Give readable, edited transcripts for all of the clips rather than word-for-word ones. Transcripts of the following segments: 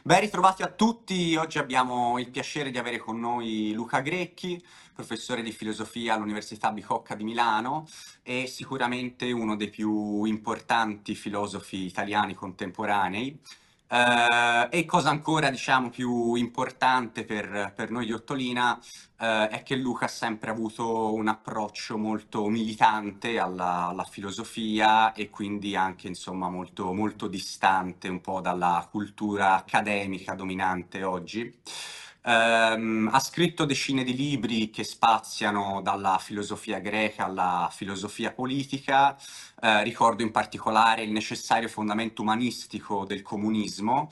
Ben ritrovati a tutti, oggi abbiamo il piacere di avere con noi Luca Grecchi, professore di filosofia all'Università Bicocca di Milano e sicuramente uno dei più importanti filosofi italiani contemporanei. E cosa ancora, diciamo, più importante per noi di Ottolina, è che Luca ha sempre avuto un approccio molto militante alla filosofia e quindi anche, insomma, molto, molto distante un po' dalla cultura accademica dominante oggi. Ha scritto decine di libri che spaziano dalla filosofia greca alla filosofia politica. Ricordo in particolare Il necessario fondamento umanistico del comunismo,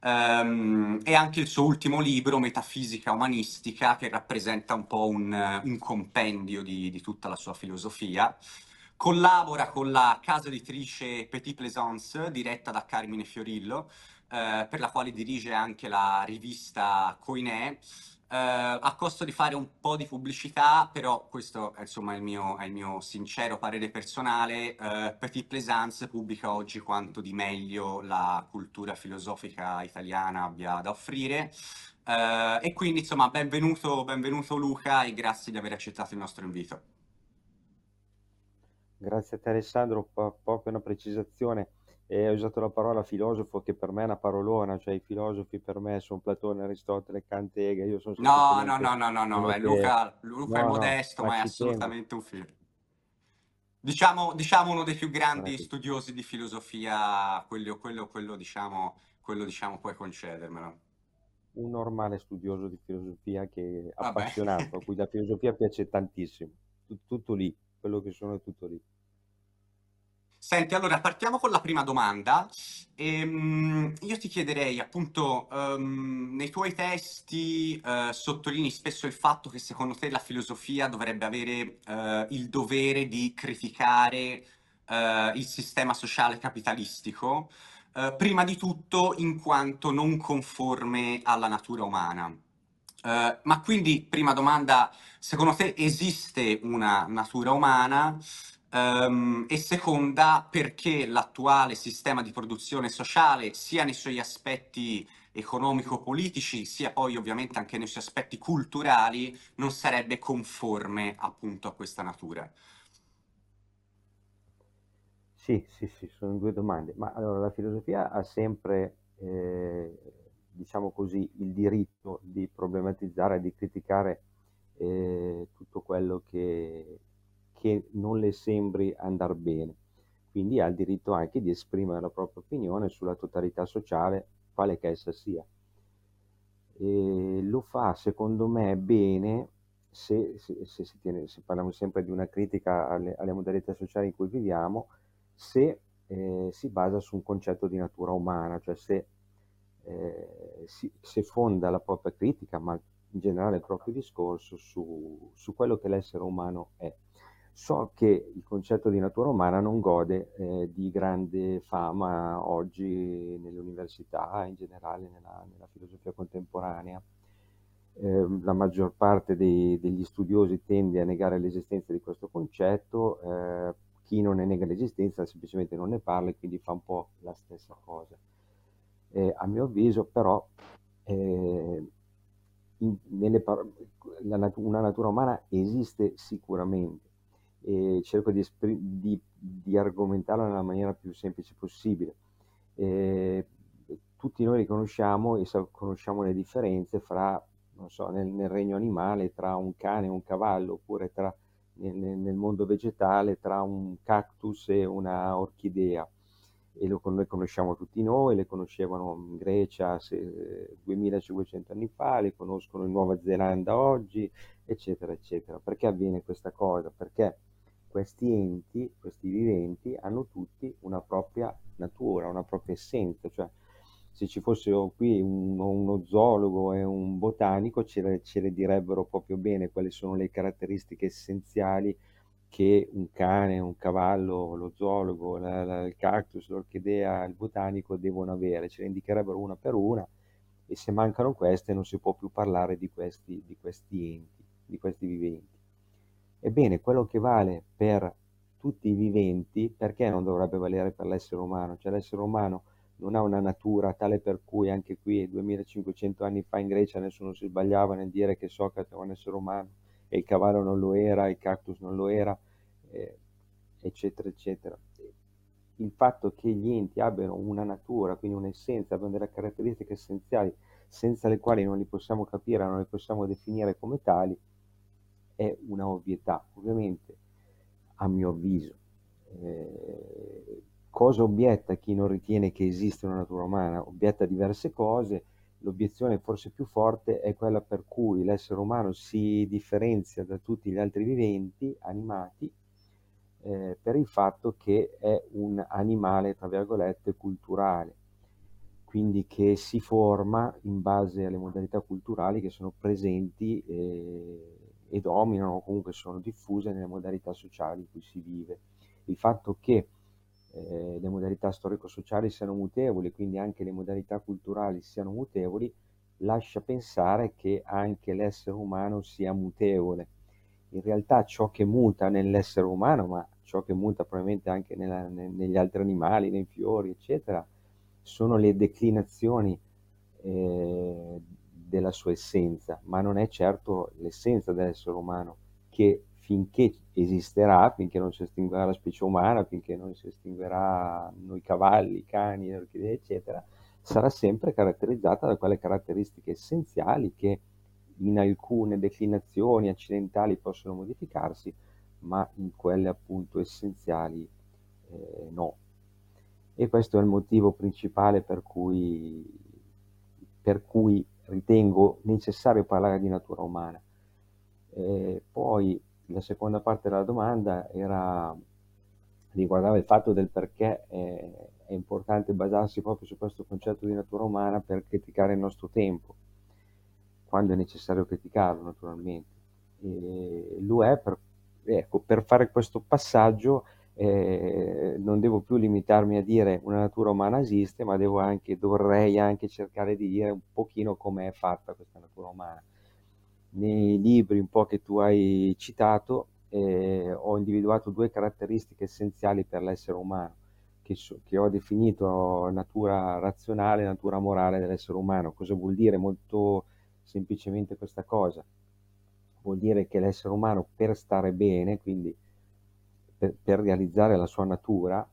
e anche il suo ultimo libro, Metafisica umanistica, che rappresenta un po' un compendio di tutta la sua filosofia. Collabora con la casa editrice Petit Plaisance, diretta da Carmine Fiorillo, per la quale dirige anche la rivista Koinè. A costo di fare un po' di pubblicità, però questo è, insomma, è il mio sincero parere personale. Petit Plaisance pubblica oggi quanto di meglio la cultura filosofica italiana abbia da offrire. E quindi, insomma, benvenuto, benvenuto Luca e grazie di aver accettato il nostro invito. Grazie a te Alessandro, proprio una precisazione. Hai usato la parola filosofo che per me è una parolona, cioè i filosofi per me sono Platone, Aristotele, Kant, Hegel, io sono No, no, semplicemente no, no, no, no, uno che... Luca è No, no, modesto, ma ma è ci tengo, assolutamente un figlio. Diciamo uno dei più non è grandi così. studiosi di filosofia, diciamo, puoi concedermelo. Un normale studioso di filosofia che è Vabbè. appassionato, a cui la filosofia piace tantissimo. Tutto lì, quello che sono è tutto lì. Senti, allora partiamo con la prima domanda. Io ti chiederei, appunto, nei tuoi testi sottolinei spesso il fatto che secondo te la filosofia dovrebbe avere il dovere di criticare il sistema sociale capitalistico, prima di tutto in quanto non conforme alla natura umana. Ma quindi, prima domanda, secondo te esiste una natura umana? E seconda, perché l'attuale sistema di produzione sociale, sia nei suoi aspetti economico-politici, sia poi ovviamente anche nei suoi aspetti culturali, non sarebbe conforme appunto a questa natura? Sì, sì, sì, sono due domande. Ma allora, la filosofia ha sempre, diciamo così, il diritto di problematizzare, di criticare tutto quello che non le sembri andare bene. Quindi ha il diritto anche di esprimere la propria opinione sulla totalità sociale, quale che essa sia. E lo fa, secondo me, bene se si tiene, se parliamo sempre di una critica alle modalità sociali in cui viviamo, se si basa su un concetto di natura umana, cioè se fonda la propria critica, ma in generale il proprio discorso su quello che l'essere umano è. So che il concetto di natura umana non gode di grande fama oggi nelle università, in generale nella filosofia contemporanea. La maggior parte degli studiosi tende a negare l'esistenza di questo concetto, chi non ne nega l'esistenza semplicemente non ne parla e quindi fa un po' la stessa cosa. A mio avviso, però, eh, una natura umana esiste sicuramente e cerco di argomentarla nella maniera più semplice possibile. Eh, Tutti noi riconosciamo e conosciamo le differenze fra, non so, nel regno animale tra un cane e un cavallo, oppure nel mondo vegetale tra un cactus e una orchidea e noi conosciamo tutti noi, le conoscevano in Grecia 2500 anni fa, le conoscono in Nuova Zelanda oggi, eccetera, eccetera. Perché avviene questa cosa? Perché questi enti, questi viventi, hanno tutti una propria natura, una propria essenza, cioè se ci fossero qui uno zoologo e un botanico ce le direbbero proprio bene quali sono le caratteristiche essenziali che un cane, un cavallo, lo zoologo, il cactus, l'orchidea, il botanico devono avere, ce le indicherebbero una per una e se mancano queste non si può più parlare di questi enti, di questi viventi. Ebbene, quello che vale per tutti i viventi, perché non dovrebbe valere per l'essere umano? Cioè l'essere umano non ha una natura tale per cui anche qui 2500 anni fa in Grecia nessuno si sbagliava nel dire che Socrate era un essere umano e il cavallo non lo era, il cactus non lo era, eh, eccetera, eccetera. Il fatto che gli enti abbiano una natura, quindi un'essenza, abbiano delle caratteristiche essenziali senza le quali non li possiamo capire, non li possiamo definire come tali, è una ovvietà, ovviamente, a mio avviso. Cosa obietta chi non ritiene che esista una natura umana? Obietta diverse cose. L'obiezione forse più forte è quella per cui l'essere umano si differenzia da tutti gli altri viventi animati per il fatto che è un animale, tra virgolette, culturale, quindi che si forma in base alle modalità culturali che sono presenti e dominano, o comunque sono diffuse nelle modalità sociali in cui si vive. Il fatto che le modalità storico-sociali siano mutevoli, quindi anche le modalità culturali siano mutevoli, lascia pensare che anche l'essere umano sia mutevole. In realtà ciò che muta nell'essere umano, ma ciò che muta probabilmente anche negli altri animali, nei fiori, eccetera, sono le declinazioni della sua essenza, ma non è certo l'essenza dell'essere umano, che finché esisterà, finché non si estinguerà la specie umana, finché non si estinguerà noi cavalli, i cani, le orchidee, eccetera, sarà sempre caratterizzata da quelle caratteristiche essenziali che in alcune declinazioni accidentali possono modificarsi, ma in quelle appunto essenziali no. E questo è il motivo principale per cui ritengo necessario parlare di natura umana. Poi la seconda parte della domanda riguardava il fatto del perché è importante basarsi proprio su questo concetto di natura umana per criticare il nostro tempo, quando è necessario criticarlo naturalmente. Lo è ecco, per fare questo passaggio non devo più limitarmi a dire una natura umana esiste, ma dovrei anche cercare di dire un pochino come è fatta questa natura umana. Nei libri un po' che tu hai citato, ho individuato due caratteristiche essenziali per l'essere umano, che ho definito natura razionale e natura morale dell'essere umano. Cosa vuol dire molto semplicemente questa cosa? Vuol dire che l'essere umano per stare bene, quindi per realizzare la sua natura,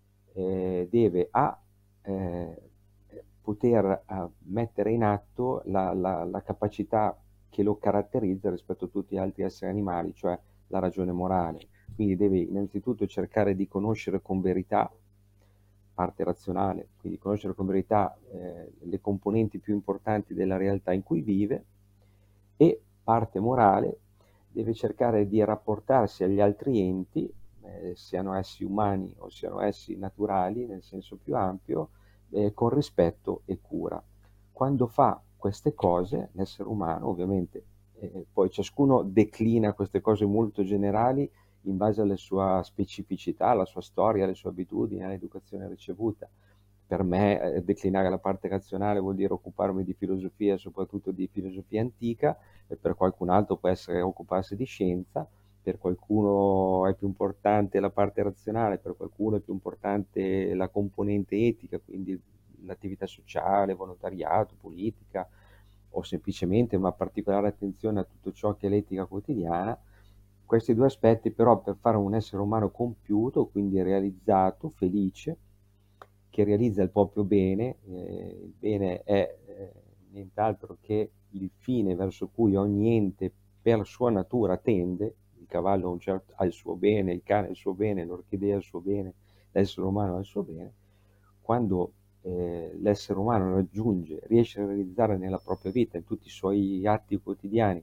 deve eh, poter mettere in atto la capacità che lo caratterizza rispetto a tutti gli altri esseri animali, cioè la ragione morale. Quindi deve innanzitutto cercare di conoscere con verità, parte razionale, quindi conoscere con verità le componenti più importanti della realtà in cui vive, e parte morale, deve cercare di rapportarsi agli altri enti, siano essi umani o siano essi naturali nel senso più ampio, con rispetto e cura. Quando fa queste cose, l'essere umano ovviamente, poi ciascuno declina queste cose molto generali in base alla sua specificità, alla sua storia, alle sue abitudini, all'educazione ricevuta. Per me declinare la parte razionale vuol dire occuparmi di filosofia, soprattutto di filosofia antica, e per qualcun altro può essere occuparsi di scienza, per qualcuno è più importante la parte razionale, per qualcuno è più importante la componente etica, quindi l'attività sociale, volontariato, politica, o semplicemente una particolare attenzione a tutto ciò che è l'etica quotidiana. Questi due aspetti però per fare un essere umano compiuto, quindi realizzato, felice, che realizza il proprio bene, il bene è nient'altro che il fine verso cui ogni ente per sua natura tende. Il cavallo ha il suo bene, il cane ha il suo bene, l'orchidea ha il suo bene, l'essere umano ha il suo bene. Quando l'essere umano riesce a realizzare nella propria vita, in tutti i suoi atti quotidiani,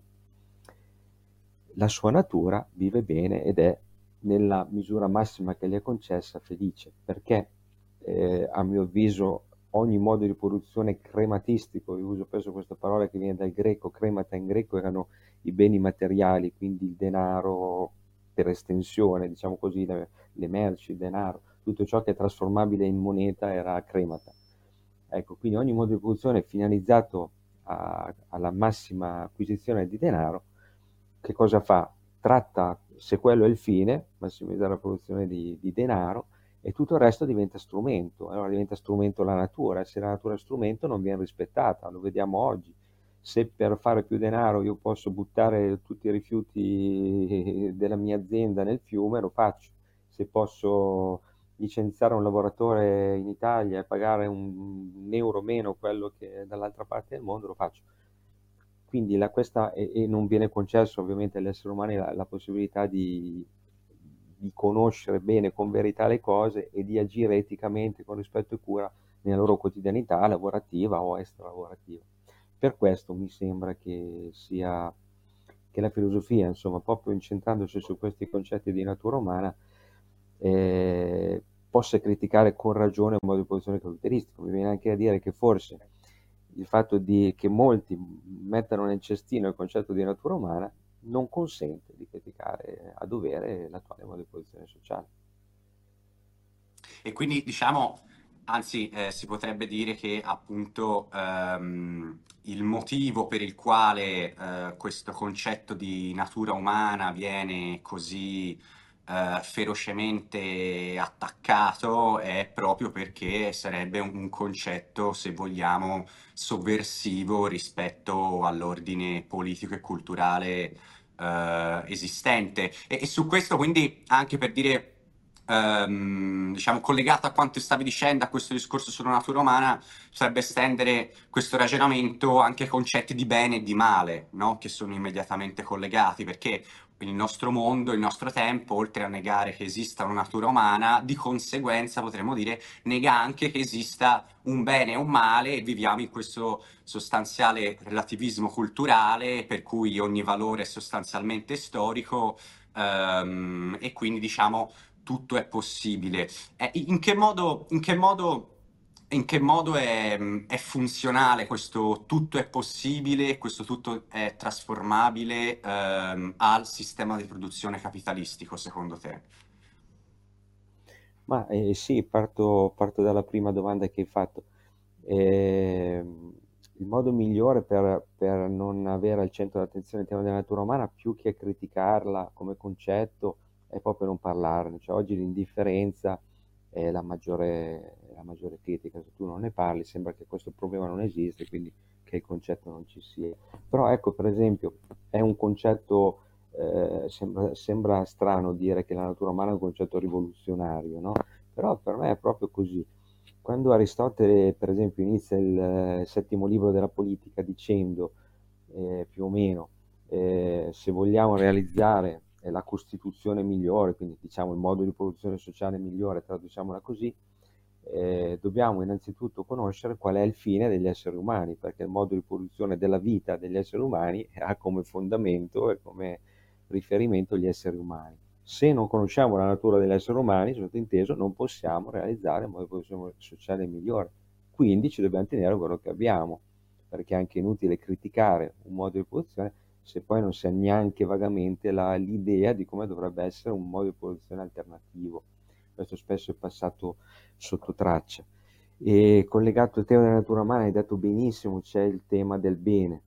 la sua natura, vive bene ed è nella misura massima che gli è concessa felice, perché a mio avviso ogni modo di produzione crematistico, io uso spesso questa parola che viene dal greco, cremata in greco erano i beni materiali, quindi il denaro per estensione, diciamo così, le merci, il denaro, tutto ciò che è trasformabile in moneta era cremata. Ecco, quindi ogni modo di produzione è finalizzato alla massima acquisizione di denaro. Che cosa fa? Tratta, se quello è il fine, massimizzare la produzione di denaro, e tutto il resto diventa strumento. Allora diventa strumento la natura, e se la natura è strumento non viene rispettata, lo vediamo oggi. Se per fare più denaro io posso buttare tutti i rifiuti della mia azienda nel fiume, lo faccio. Se posso licenziare un lavoratore in Italia e pagare un euro meno quello che è dall'altra parte del mondo, lo faccio. Quindi e non viene concesso ovviamente agli esseri umani la possibilità di conoscere bene con verità le cose e di agire eticamente con rispetto e cura nella loro quotidianità lavorativa o extra-lavorativa. Per questo mi sembra che la filosofia, insomma, proprio incentrandosi su questi concetti di natura umana, possa criticare con ragione un modo di posizione caratteristico. Mi viene anche a dire che forse il fatto che molti mettano nel cestino il concetto di natura umana non consente di criticare a dovere l'attuale modo di posizione sociale. E quindi diciamo, anzi, si potrebbe dire che appunto il motivo per il quale questo concetto di natura umana viene così ferocemente attaccato è proprio perché sarebbe un concetto, se vogliamo, sovversivo rispetto all'ordine politico e culturale esistente. E su questo quindi anche per dire, diciamo, collegato a quanto stavi dicendo, a questo discorso sulla natura umana, sarebbe estendere questo ragionamento anche ai concetti di bene e di male, no? Che sono immediatamente collegati, perché il nostro mondo, il nostro tempo, oltre a negare che esista una natura umana, di conseguenza potremmo dire nega anche che esista un bene e un male e viviamo in questo sostanziale relativismo culturale per cui ogni valore è sostanzialmente storico, e quindi diciamo tutto è possibile. In che modo è funzionale questo tutto è possibile, questo tutto è trasformabile al sistema di produzione capitalistico, secondo te? Ma sì, parto dalla prima domanda che hai fatto. Ehm, il modo migliore per non avere al centro dell'attenzione il tema della natura umana, più che criticarla come concetto, è proprio non parlarne. Cioè, oggi l'indifferenza è la maggiore critica. Se tu non ne parli, sembra che questo problema non esiste, quindi che il concetto non ci sia. Però ecco, per esempio, è un concetto, sembra strano dire che la natura umana è un concetto rivoluzionario, no? Però per me è proprio così. Quando Aristotele, per esempio, inizia il settimo libro della politica dicendo, più o meno, se vogliamo realizzare la Costituzione migliore, quindi diciamo il modo di produzione sociale migliore, traduciamola così, dobbiamo innanzitutto conoscere qual è il fine degli esseri umani, perché il modo di produzione della vita degli esseri umani ha come fondamento e come riferimento gli esseri umani. Se non conosciamo la natura degli esseri umani, sottinteso, non possiamo realizzare un modo di produzione sociale migliore. Quindi ci dobbiamo tenere a quello che abbiamo, perché è anche inutile criticare un modo di produzione se poi non si ha neanche vagamente l'idea di come dovrebbe essere un modo di produzione alternativo. Questo spesso è passato sotto traccia. E collegato al tema della natura umana, hai detto benissimo, c'è il tema del bene.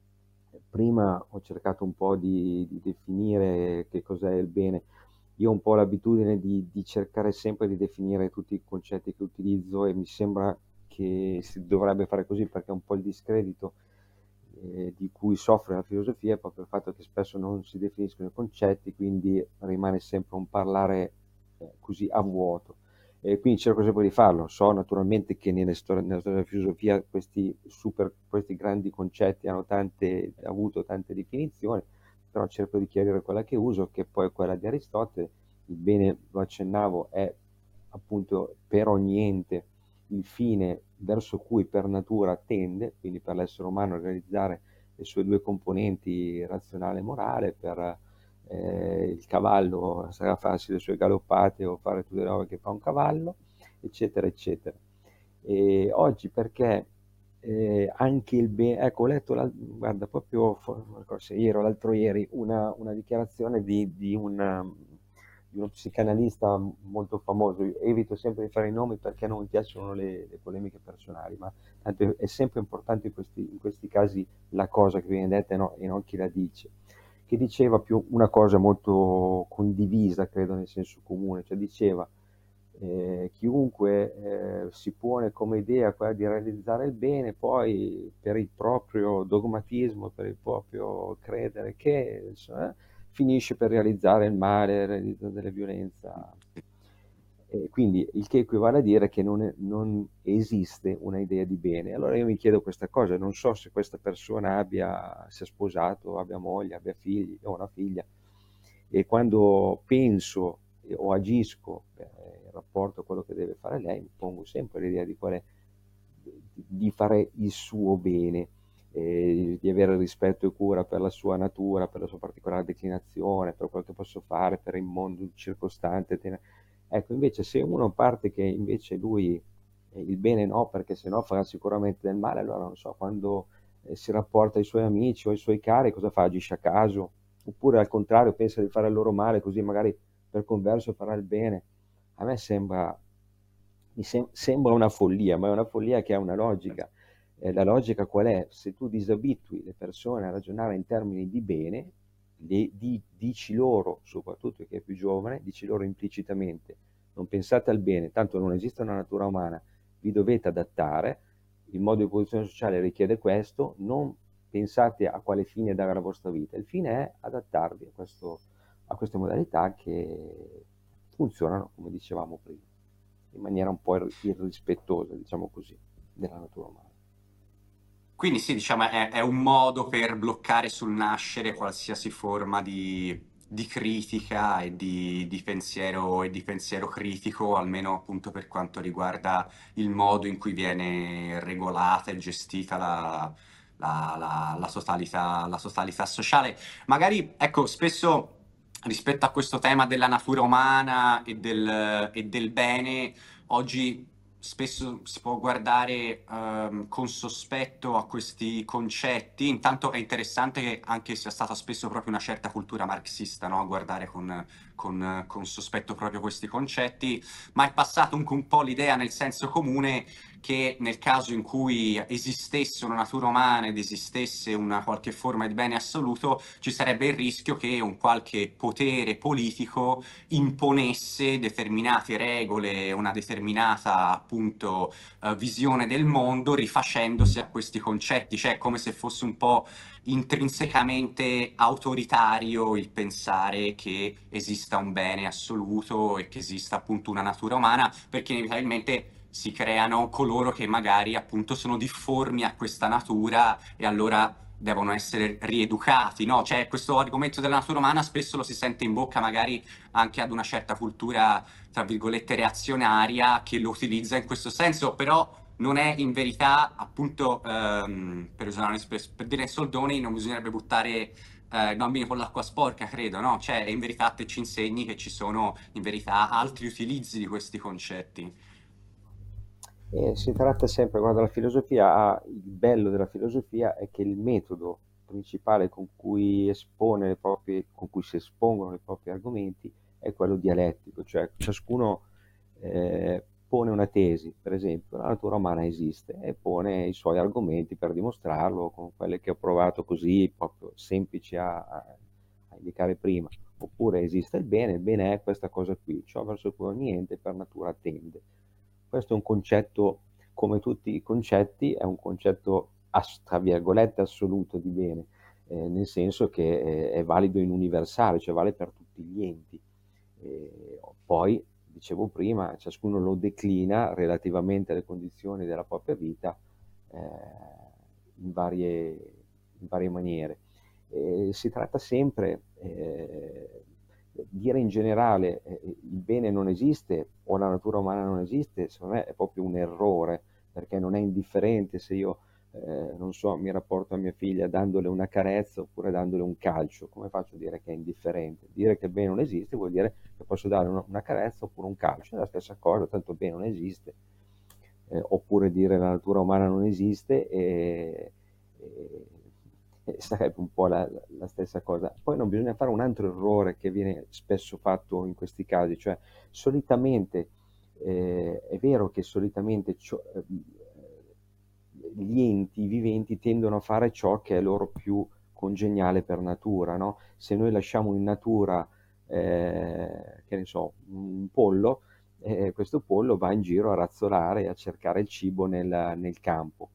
Prima ho cercato un po' di definire che cos'è il bene. Io ho un po' l'abitudine di cercare sempre di definire tutti i concetti che utilizzo e mi sembra che si dovrebbe fare così perché è un po' il discredito di cui soffre la filosofia è proprio il fatto che spesso non si definiscono i concetti, quindi rimane sempre un parlare così a vuoto. E quindi cerco sempre di farlo. So naturalmente che nella storia della filosofia questi grandi concetti hanno avuto tante definizioni, però cerco di chiarire quella che uso, che poi è quella di Aristotele. Il bene, lo accennavo, è appunto per ogni ente il fine verso cui per natura tende, quindi per l'essere umano realizzare le sue due componenti razionale e morale, per il cavallo sarà farsi le sue galoppate o fare tutte le robe che fa un cavallo, eccetera, eccetera. E oggi perché anche il bene, ecco, ho letto, guarda, proprio forse ieri o l'altro ieri, una dichiarazione di uno psicanalista molto famoso. Io evito sempre di fare i nomi perché non mi piacciono le polemiche personali, ma tanto è sempre importante in questi casi la cosa che viene detta e non chi la dice, che diceva più una cosa molto condivisa, credo, nel senso comune, cioè diceva Chiunque si pone come idea quella di realizzare il bene, poi per il proprio dogmatismo, per il proprio credere che, insomma, finisce per realizzare il male, realizza delle violenza. Quindi il che equivale a dire che non esiste una idea di bene. Allora io mi chiedo questa cosa, non so se questa persona sia sposato, abbia moglie, abbia figli, o una figlia, e quando penso o agisco in rapporto a quello che deve fare lei, mi pongo sempre l'idea di fare il suo bene, di avere rispetto e cura per la sua natura, per la sua particolare declinazione, per quello che posso fare per il mondo circostante. Ecco, invece se uno parte che invece lui il bene no, perché sennò farà sicuramente del male, allora non so, quando si rapporta ai suoi amici o ai suoi cari, cosa fa? Agisce a caso? Oppure al contrario pensa di fare il loro male, così magari per converso farà il bene. A me sembra una follia, ma è una follia che ha una logica. La logica qual è? Se tu disabitui le persone a ragionare in termini di bene, dici loro, soprattutto chi è più giovane, dici loro implicitamente, non pensate al bene, tanto non esiste una natura umana, vi dovete adattare, il modo di posizione sociale richiede questo, non pensate a quale fine dare alla vostra vita, il fine è adattarvi a queste modalità che funzionano, come dicevamo prima, in maniera un po' irrispettosa, diciamo così, della natura umana. Quindi sì, diciamo, è un modo per bloccare sul nascere qualsiasi forma di critica e di pensiero critico, almeno appunto per quanto riguarda il modo in cui viene regolata e gestita la totalità sociale. Magari, ecco, spesso rispetto a questo tema della natura umana e del bene, oggi spesso si può guardare con sospetto a questi concetti. Intanto è interessante che anche sia stata spesso proprio una certa cultura marxista, no? A guardare con sospetto proprio questi concetti, ma è passata un po' l'idea nel senso comune che nel caso in cui esistesse una natura umana ed esistesse una qualche forma di bene assoluto, ci sarebbe il rischio che un qualche potere politico imponesse determinate regole, una determinata appunto visione del mondo rifacendosi a questi concetti, cioè come se fosse un po' intrinsecamente autoritario il pensare che esista un bene assoluto e che esista appunto una natura umana, perché inevitabilmente si creano coloro che magari appunto sono difformi a questa natura e allora devono essere rieducati, no? Cioè questo argomento della natura umana spesso lo si sente in bocca magari anche ad una certa cultura, tra virgolette, reazionaria che lo utilizza in questo senso, però non è in verità, appunto, per usare per dire in soldoni, non bisognerebbe buttare i bambini con l'acqua sporca, credo, no? Cioè, in verità te ci insegni che ci sono, in verità, altri utilizzi di questi concetti. E si tratta sempre, guarda, la filosofia il bello della filosofia è che il metodo principale con cui si espongono i propri argomenti è quello dialettico, cioè ciascuno pone una tesi, per esempio, la natura umana esiste e pone i suoi argomenti per dimostrarlo con quelle che ho provato così, proprio semplici a indicare prima. Oppure esiste il bene è questa cosa qui, ciò verso cui ogni ente per natura tende. Questo è un concetto, come tutti i concetti, è un concetto, tra virgolette, assoluto di bene, nel senso che è valido in universale, cioè vale per tutti gli enti. Poi, dicevo prima, ciascuno lo declina relativamente alle condizioni della propria vita in varie maniere. Si tratta sempre dire in generale il bene non esiste o la natura umana non esiste, secondo me è proprio un errore, perché non è indifferente se io, non so, mi rapporto a mia figlia dandole una carezza oppure dandole un calcio. Come faccio a dire che è indifferente? Dire che il bene non esiste vuol dire che posso dare una carezza oppure un calcio, è la stessa cosa, tanto il bene non esiste. Oppure dire la natura umana non esiste e- e sarebbe un po' la stessa cosa. Poi non bisogna fare un altro errore che viene spesso fatto in questi casi, cioè solitamente è vero che solitamente gli enti viventi tendono a fare ciò che è loro più congeniale per natura, no? Se noi lasciamo in natura, che ne so, un pollo, questo pollo va in giro a razzolare e a cercare il cibo nel campo.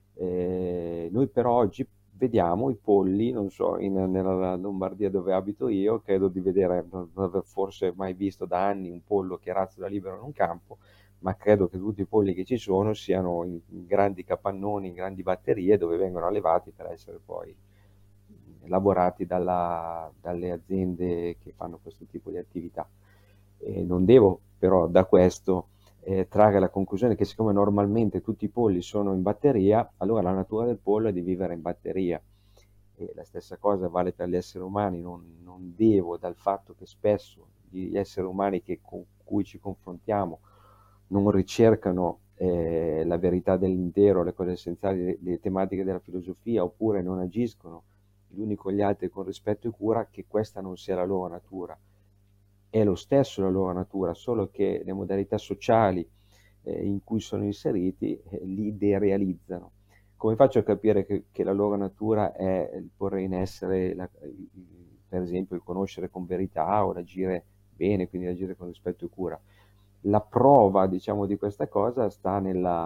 Noi però oggi vediamo i polli, non so, nella Lombardia dove abito io, credo di vedere, non aver forse mai visto da anni un pollo che razzola libero in un campo, ma credo che tutti i polli che ci sono siano in grandi capannoni, in grandi batterie dove vengono allevati per essere poi lavorati dalle aziende che fanno questo tipo di attività. Non devo però da questo trarre la conclusione che siccome normalmente tutti i polli sono in batteria, allora la natura del pollo è di vivere in batteria. E la stessa cosa vale per gli esseri umani, non devo dal fatto che spesso gli esseri umani con cui ci confrontiamo non ricercano la verità dell'intero, le cose essenziali, le tematiche della filosofia, oppure non agiscono gli uni con gli altri con rispetto e cura, che questa non sia la loro natura. È lo stesso la loro natura, solo che le modalità sociali in cui sono inseriti li derealizzano. Come faccio a capire che la loro natura è il porre in essere, per esempio, il conoscere con verità o l'agire bene, quindi l'agire con rispetto e cura? La prova, diciamo, di questa cosa sta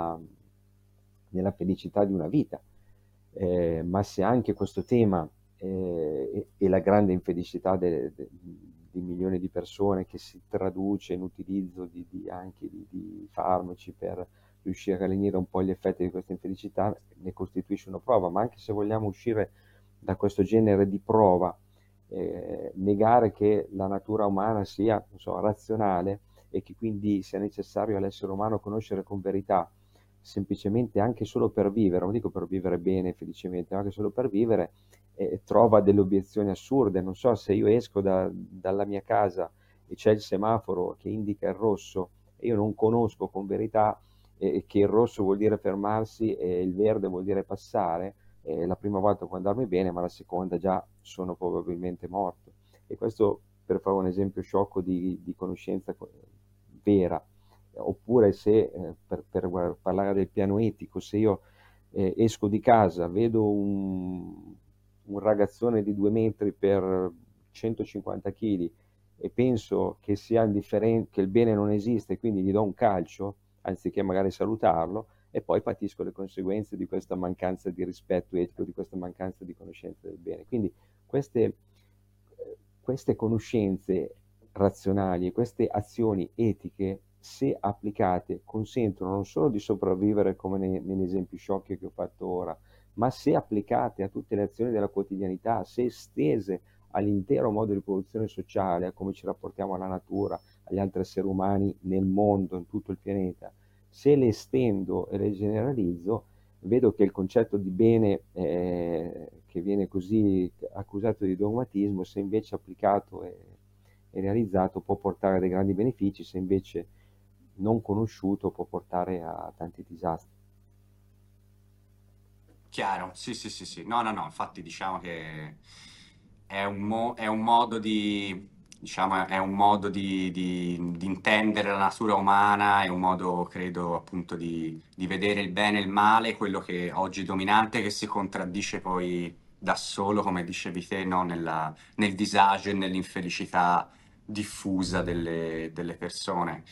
nella felicità di una vita. Ma se anche questo tema e la grande infelicità di milioni di persone che si traduce in utilizzo anche di farmaci per riuscire a lenire un po' gli effetti di questa infelicità ne costituisce una prova, ma anche se vogliamo uscire da questo genere di prova, negare che la natura umana sia, non so, razionale e che quindi sia necessario all'essere umano conoscere con verità, semplicemente anche solo per vivere, non dico per vivere bene, felicemente, ma anche solo per vivere, trova delle obiezioni assurde. Non so, se io esco dalla mia casa e c'è il semaforo che indica il rosso e io non conosco con verità che il rosso vuol dire fermarsi e il verde vuol dire passare, la prima volta può andarmi bene, ma la seconda già sono probabilmente morto. E questo per fare un esempio sciocco di conoscenza vera. Oppure se, per parlare del piano etico, se io esco di casa, vedo un ragazzone di 2 metri per 150 kg e penso che sia indifferente, che il bene non esiste, quindi gli do un calcio, anziché magari salutarlo, e poi patisco le conseguenze di questa mancanza di rispetto etico, di questa mancanza di conoscenza del bene. Quindi queste conoscenze razionali e queste azioni etiche, se applicate, consentono non solo di sopravvivere come negli esempi sciocchi che ho fatto ora, ma se applicate a tutte le azioni della quotidianità, se estese all'intero modo di produzione sociale, a come ci rapportiamo alla natura, agli altri esseri umani nel mondo, in tutto il pianeta, se le estendo e le generalizzo, vedo che il concetto di bene, che viene così accusato di dogmatismo, se invece applicato e realizzato, può portare a dei grandi benefici, se invece non conosciuto può portare a tanti disastri. Chiaro, sì, sì, sì, sì. No, no, no, infatti diciamo che è un modo di, diciamo, è un modo di intendere la natura umana, è un modo, credo, appunto, di vedere il bene e il male, quello che oggi è dominante, che si contraddice poi da solo, come dicevi te, no? Nel disagio e nell'infelicità diffusa delle persone.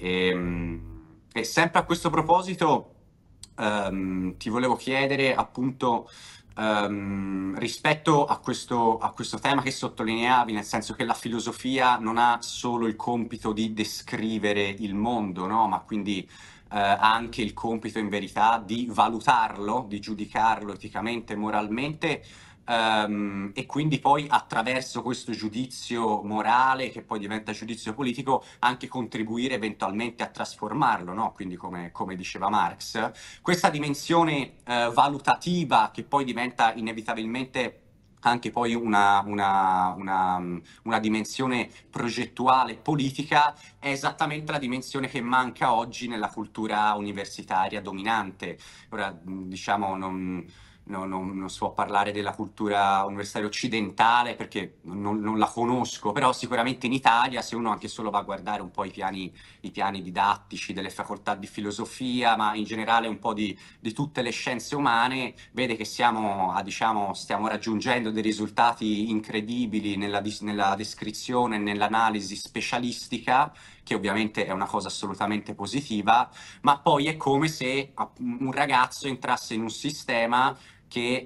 E sempre a questo proposito, ti volevo chiedere appunto rispetto a questo tema che sottolineavi, nel senso che la filosofia non ha solo il compito di descrivere il mondo, no? Ma quindi ha anche il compito in verità di valutarlo, di giudicarlo eticamente, moralmente. E quindi poi attraverso questo giudizio morale, che poi diventa giudizio politico, anche contribuire eventualmente a trasformarlo, no? Quindi come diceva Marx, questa dimensione valutativa che poi diventa inevitabilmente anche poi una dimensione progettuale politica è esattamente la dimensione che manca oggi nella cultura universitaria dominante. Ora, diciamo, non si può parlare della cultura universitaria occidentale perché non la conosco, però sicuramente in Italia, se uno anche solo va a guardare un po' i piani didattici delle facoltà di filosofia, ma in generale un po' di tutte le scienze umane, vede che diciamo, stiamo raggiungendo dei risultati incredibili nella descrizione, nell'analisi specialistica, che ovviamente è una cosa assolutamente positiva, ma poi è come se un ragazzo entrasse in un sistema che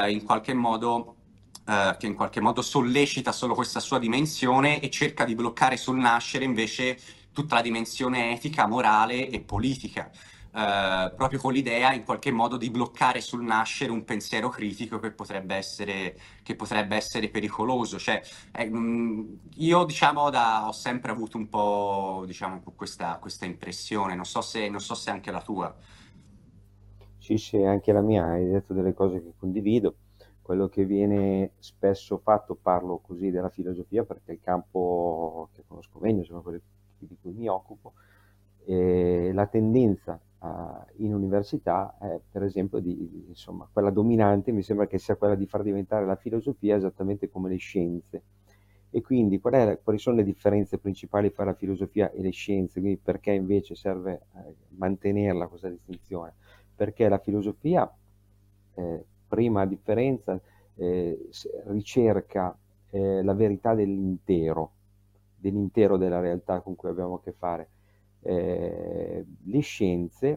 che in qualche modo sollecita solo questa sua dimensione e cerca di bloccare sul nascere invece tutta la dimensione etica, morale e politica. Proprio con l'idea in qualche modo di bloccare sul nascere un pensiero critico che potrebbe essere pericoloso. Cioè, io diciamo ho sempre avuto un po' diciamo, questa impressione, non so se anche la tua. Sì, sì, anche la mia, hai detto delle cose che condivido. Quello che viene spesso fatto, parlo così della filosofia perché è il campo che conosco meglio, sono quelli di cui mi occupo, e la tendenza in università è per esempio insomma, quella dominante mi sembra che sia quella di far diventare la filosofia esattamente come le scienze. E quindi quali sono le differenze principali fra la filosofia e le scienze? Quindi perché invece serve mantenerla questa distinzione? Perché la filosofia, prima differenza, ricerca la verità dell'intero della realtà con cui abbiamo a che fare. Le scienze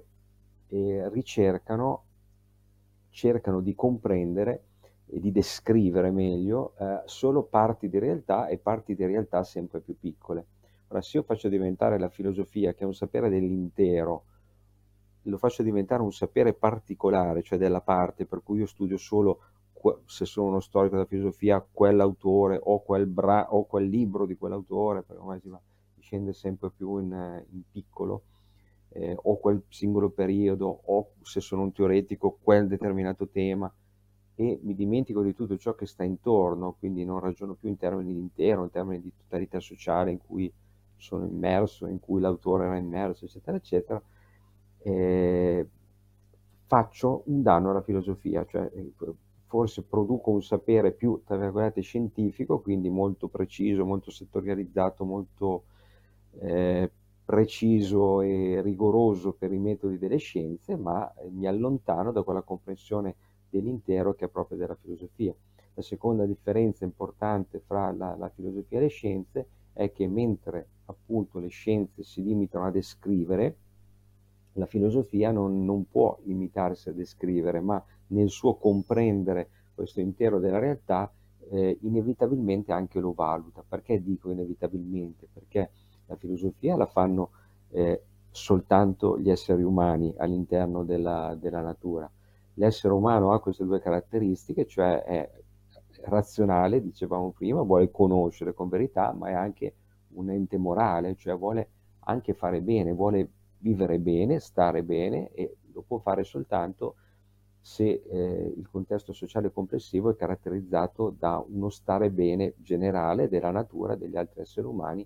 cercano di comprendere e di descrivere meglio solo parti di realtà e parti di realtà sempre più piccole. Ora, se io faccio diventare la filosofia, che è un sapere dell'intero, lo faccio diventare un sapere particolare, cioè della parte, per cui io studio solo, se sono uno storico della filosofia, quell'autore o o quel libro di quell'autore, perché ormai si scende sempre più in piccolo, o quel singolo periodo, o se sono un teoretico, quel determinato tema, e mi dimentico di tutto ciò che sta intorno, quindi non ragiono più in termini di intero, in termini di totalità sociale in cui sono immerso, in cui l'autore era immerso, eccetera, eccetera, eh, faccio un danno alla filosofia, cioè forse produco un sapere più, tra virgolette, scientifico, quindi molto preciso, molto settorializzato, molto eh, preciso e rigoroso per i metodi delle scienze, ma mi allontano da quella comprensione dell'intero che è proprio della filosofia. La seconda differenza importante fra la filosofia e le scienze è che mentre appunto le scienze si limitano a descrivere, la filosofia non può limitarsi a descrivere, ma nel suo comprendere questo intero della realtà, inevitabilmente anche lo valuta. Perché dico inevitabilmente? Perché la filosofia la fanno soltanto gli esseri umani all'interno della natura. L'essere umano ha queste due caratteristiche, cioè è razionale, dicevamo prima, vuole conoscere con verità, ma è anche un ente morale, cioè vuole anche fare bene, vuole vivere bene, stare bene, e lo può fare soltanto se il contesto sociale complessivo è caratterizzato da uno stare bene generale della natura, degli altri esseri umani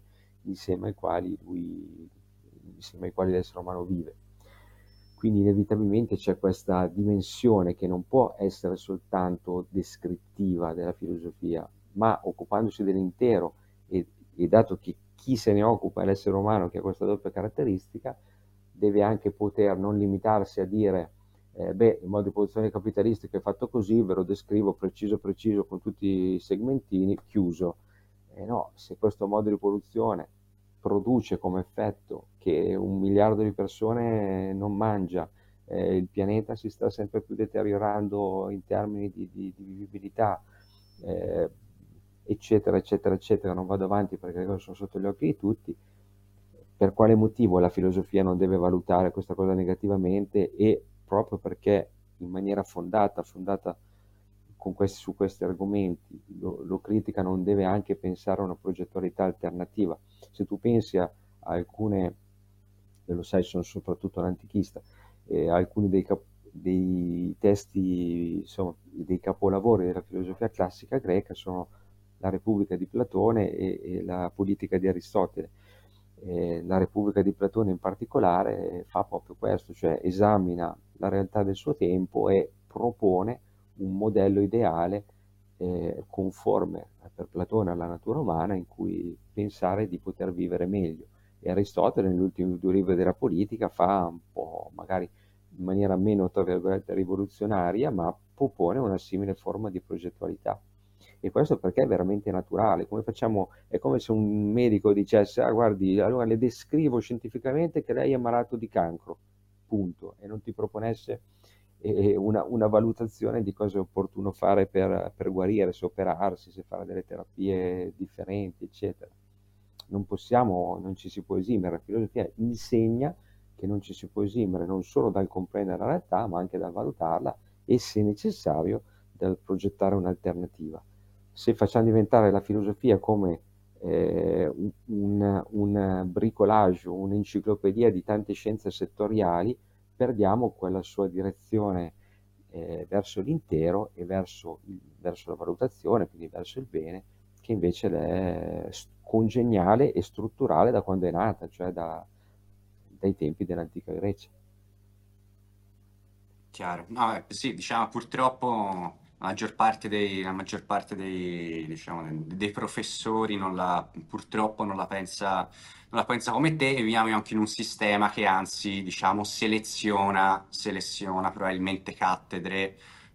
insieme ai quali l'essere umano vive. Quindi inevitabilmente c'è questa dimensione che non può essere soltanto descrittiva della filosofia, ma occupandosi dell'intero, e dato che chi se ne occupa è l'essere umano che ha questa doppia caratteristica, deve anche poter non limitarsi a dire il modo di produzione capitalistico è fatto così, ve lo descrivo preciso preciso con tutti i segmentini, chiuso. No, se questo modo di produzione produce come effetto che 1 miliardo di persone non mangia, il pianeta si sta sempre più deteriorando in termini di vivibilità, eh, eccetera, eccetera, eccetera, non vado avanti perché le cose sono sotto gli occhi di tutti. Per quale motivo la filosofia non deve valutare questa cosa negativamente? E proprio perché in maniera fondata su questi argomenti lo critica, non deve anche pensare a una progettualità alternativa. Se tu pensi a alcune, e lo sai, sono soprattutto un antichista, alcuni dei testi, insomma, dei capolavori della filosofia classica greca sono la Repubblica di Platone e la Politica di Aristotele. La Repubblica di Platone in particolare fa proprio questo, cioè esamina la realtà del suo tempo e propone un modello ideale conforme per Platone alla natura umana in cui pensare di poter vivere meglio. E Aristotele negli ultimi 2 libri della politica fa un po', magari in maniera meno, tra virgolette, rivoluzionaria, ma propone una simile forma di progettualità. E questo perché è veramente naturale. Come facciamo? È come se un medico dicesse, ah, guardi, allora le descrivo scientificamente che lei è malato di cancro, punto, e non ti proponesse una valutazione di cosa è opportuno fare per guarire, se operarsi, se fare delle terapie differenti, eccetera. Non possiamo, non ci si può esimere. La filosofia insegna che non ci si può esimere non solo dal comprendere la realtà, ma anche dal valutarla e, se necessario, dal progettare un'alternativa. Se facciamo diventare la filosofia come un bricolage, un'enciclopedia di tante scienze settoriali, perdiamo quella sua direzione verso l'intero e verso la valutazione, quindi verso il bene, che invece è congeniale e strutturale da quando è nata, cioè dai tempi dell'antica Grecia. Chiaro. No, sì, diciamo purtroppo la maggior parte dei, diciamo, dei professori purtroppo non la pensa come te, e viviamo anche in un sistema che anzi, diciamo, seleziona probabilmente cattedre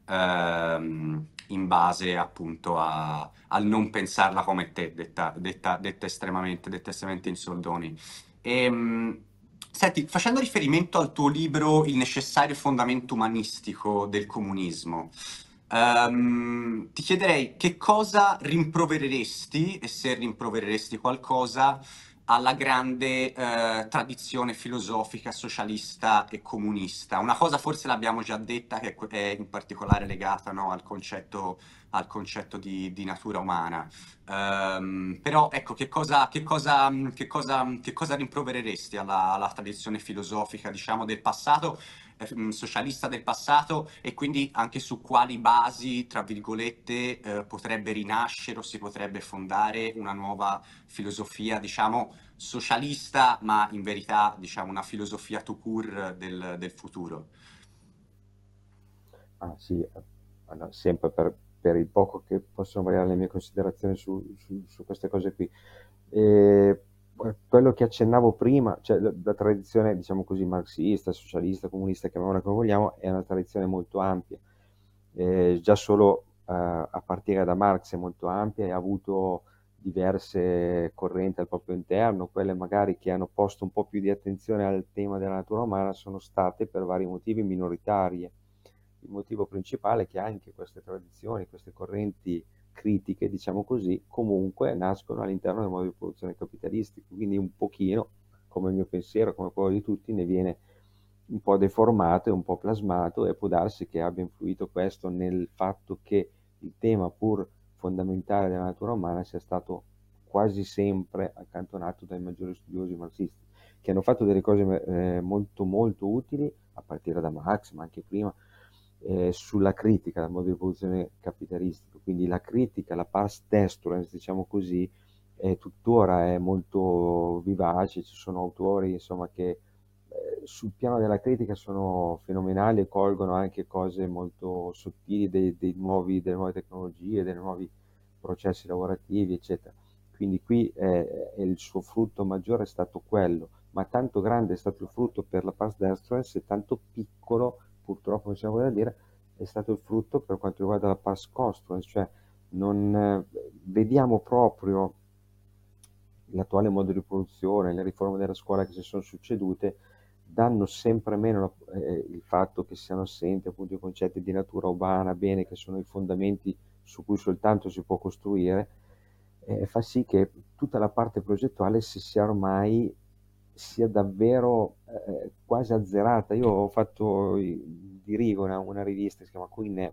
in base appunto al non pensarla come te, detta estremamente in soldoni. Senti, facendo riferimento al tuo libro Il necessario fondamento umanistico del comunismo, ti chiederei che cosa rimprovereresti, e se rimprovereresti qualcosa, alla grande tradizione filosofica socialista e comunista. Una cosa forse l'abbiamo già detta, che è in particolare legata, no, al concetto di natura umana. Però ecco, che cosa rimprovereresti alla tradizione filosofica, diciamo, del passato, socialista del passato, e quindi anche su quali basi, tra virgolette, potrebbe rinascere o si potrebbe fondare una nuova filosofia, diciamo, socialista, ma in verità, diciamo, una filosofia tout court del futuro. Ah sì, allora, sempre per il poco che possono variare le mie considerazioni su queste cose qui. E, quello che accennavo prima, cioè la tradizione, diciamo così, marxista, socialista, comunista, chiamiamola come vogliamo, è una tradizione molto ampia. Già solo a partire da Marx è molto ampia e ha avuto diverse correnti al proprio interno. Quelle magari che hanno posto un po' più di attenzione al tema della natura umana sono state per vari motivi minoritarie. Il motivo principale è che anche queste tradizioni, queste correnti critiche, diciamo così, comunque nascono all'interno del modo di produzione capitalistico, quindi un pochino, come il mio pensiero, come quello di tutti, ne viene un po' deformato e un po' plasmato, e può darsi che abbia influito questo nel fatto che il tema pur fondamentale della natura umana sia stato quasi sempre accantonato dai maggiori studiosi marxisti, che hanno fatto delle cose molto molto utili, a partire da Marx, ma anche prima, sulla critica del modo di produzione capitalistico. Quindi la critica, la pars destruens, diciamo così, tuttora è molto vivace. Ci sono autori, insomma, che sul piano della critica sono fenomenali e colgono anche cose molto sottili delle nuove tecnologie, dei nuovi processi lavorativi, eccetera. Quindi qui il suo frutto maggiore è stato quello, ma tanto grande è stato il frutto per la pars destruens e tanto piccolo, purtroppo non siamo a dire, è stato il frutto per quanto riguarda la pars construens, cioè non vediamo proprio l'attuale modo di produzione, le riforme della scuola che si sono succedute danno sempre meno il fatto che siano assenti appunto i concetti di natura umana, bene, che sono i fondamenti su cui soltanto si può costruire, fa sì che tutta la parte progettuale sia ormai sia davvero quasi azzerata. Io ho fatto dirigo una rivista che si chiama Queen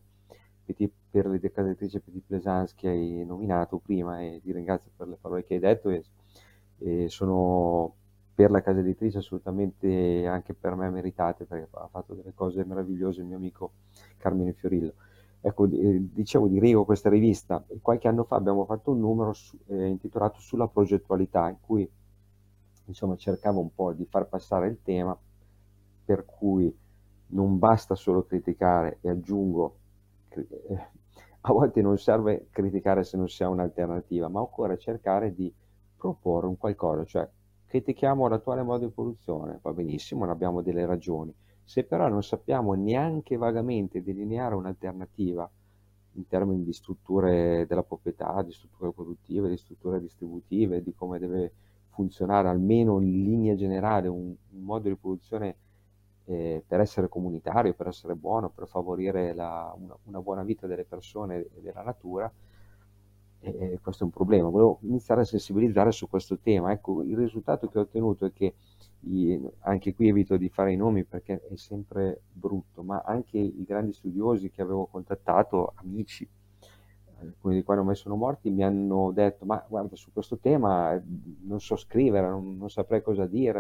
per le case editrici Petit Plaisance che hai nominato prima, e ti ringrazio per le parole che hai detto, e sono per la casa editrice assolutamente anche per me meritate, perché ha fatto delle cose meravigliose il mio amico Carmine Fiorillo. Ecco, dicevo, dirigo questa rivista, e qualche anno fa abbiamo fatto un numero intitolato Sulla progettualità, in cui insomma cercavo un po' di far passare il tema per cui non basta solo criticare, e aggiungo, a volte non serve criticare se non si ha un'alternativa, ma occorre cercare di proporre un qualcosa, cioè critichiamo l'attuale modo di produzione, va benissimo, ne abbiamo delle ragioni. Se però non sappiamo neanche vagamente delineare un'alternativa, in termini di strutture della proprietà, di strutture produttive, di strutture distributive, di come deve funzionare almeno in linea generale un modo di produzione per essere comunitario, per essere buono, per favorire una buona vita delle persone e della natura. E questo è un problema. Volevo iniziare a sensibilizzare su questo tema. Ecco, il risultato che ho ottenuto è che anche qui evito di fare i nomi perché è sempre brutto, ma anche i grandi studiosi che avevo contattato, amici, alcuni di quali ormai sono morti, mi hanno detto: ma guarda, su questo tema non so scrivere, non saprei cosa dire.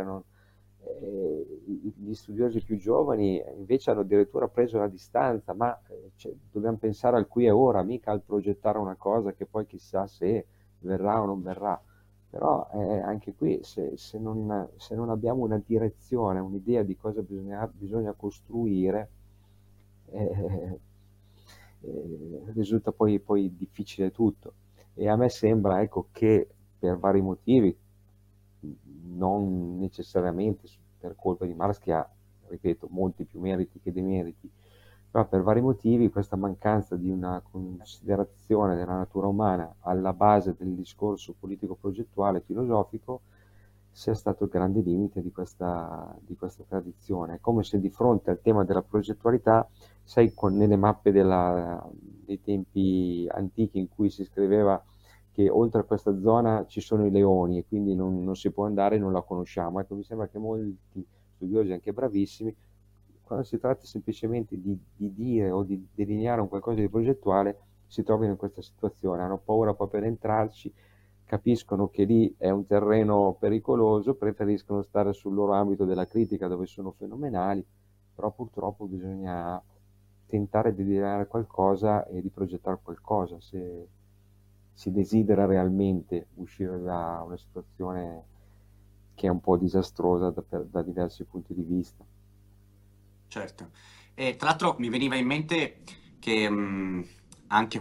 Gli studiosi più giovani invece hanno addirittura preso la distanza, ma cioè, dobbiamo pensare al qui e ora, mica al progettare una cosa che poi chissà se verrà o non verrà. Però anche qui, se non abbiamo una direzione, un'idea di cosa bisogna costruire, eh, risulta poi difficile tutto. E a me sembra, ecco, che per vari motivi, non necessariamente per colpa di Marx, che ha, ripeto, molti più meriti che demeriti, però per vari motivi questa mancanza di una considerazione della natura umana alla base del discorso politico-progettuale filosofico sia stato il grande limite di questa tradizione. È come se di fronte al tema della progettualità, sai, nelle mappe dei tempi antichi in cui si scriveva che oltre a questa zona ci sono i leoni e quindi non si può andare, non la conosciamo. Ecco, mi sembra che molti studiosi, anche bravissimi, quando si tratta semplicemente di dire o di delineare un qualcosa di progettuale, si trovano in questa situazione, hanno paura proprio di entrarci, capiscono che lì è un terreno pericoloso, preferiscono stare sul loro ambito della critica dove sono fenomenali, però purtroppo bisogna tentare di delineare qualcosa e di progettare qualcosa se si desidera realmente uscire da una situazione che è un po' disastrosa da diversi punti di vista. Certo. E tra l'altro mi veniva in mente che anche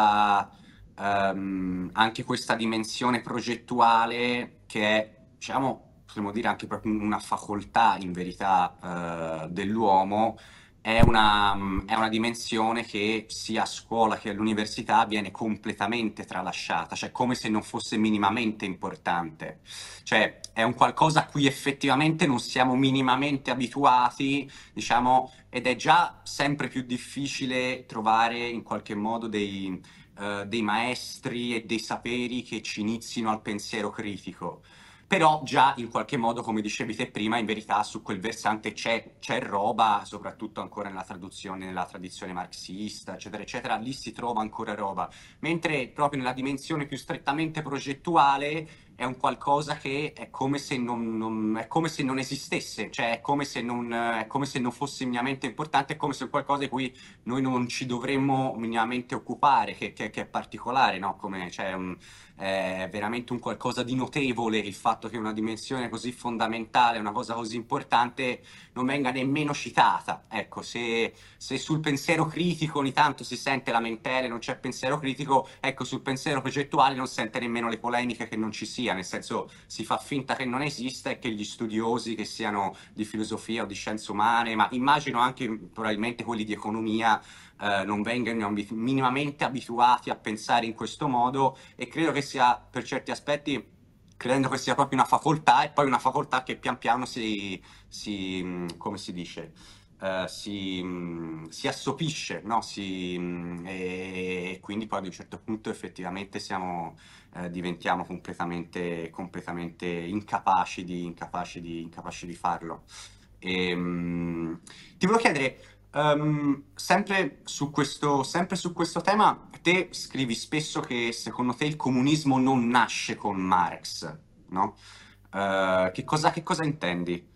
questa dimensione progettuale, che è, diciamo, potremmo dire anche proprio una facoltà in verità dell'uomo, è una dimensione che sia a scuola che all'università viene completamente tralasciata, cioè come se non fosse minimamente importante. Cioè è un qualcosa a cui effettivamente non siamo minimamente abituati, diciamo, ed è già sempre più difficile trovare in qualche modo dei maestri e dei saperi che ci inizino al pensiero critico. Però già in qualche modo, come dicevi te prima, in verità su quel versante c'è roba, soprattutto ancora nella traduzione, nella tradizione marxista, eccetera, eccetera, lì si trova ancora roba. Mentre proprio nella dimensione più strettamente progettuale è un qualcosa che è come se è come se non esistesse, cioè è come se non fosse minimamente importante, è come se è qualcosa di cui noi non ci dovremmo minimamente occupare, che è particolare, no? Come, cioè, è veramente un qualcosa di notevole il fatto che una dimensione così fondamentale, una cosa così importante, non venga nemmeno citata. Ecco, se sul pensiero critico ogni tanto si sente lamentele, non c'è pensiero critico, ecco, sul pensiero progettuale non sente nemmeno le polemiche che non ci sia, nel senso si fa finta che non esista e che gli studiosi, che siano di filosofia o di scienze umane, ma immagino anche probabilmente quelli di economia, non vengano minimamente abituati a pensare in questo modo, e credo che sia per certi aspetti, credendo che sia proprio una facoltà, e poi una facoltà che pian piano come si dice, si assopisce, no? E quindi poi ad un certo punto effettivamente diventiamo completamente incapaci di farlo. Ti volevo chiedere, sempre su questo tema, te scrivi spesso che secondo te il comunismo non nasce con Marx, no? Che cosa intendi?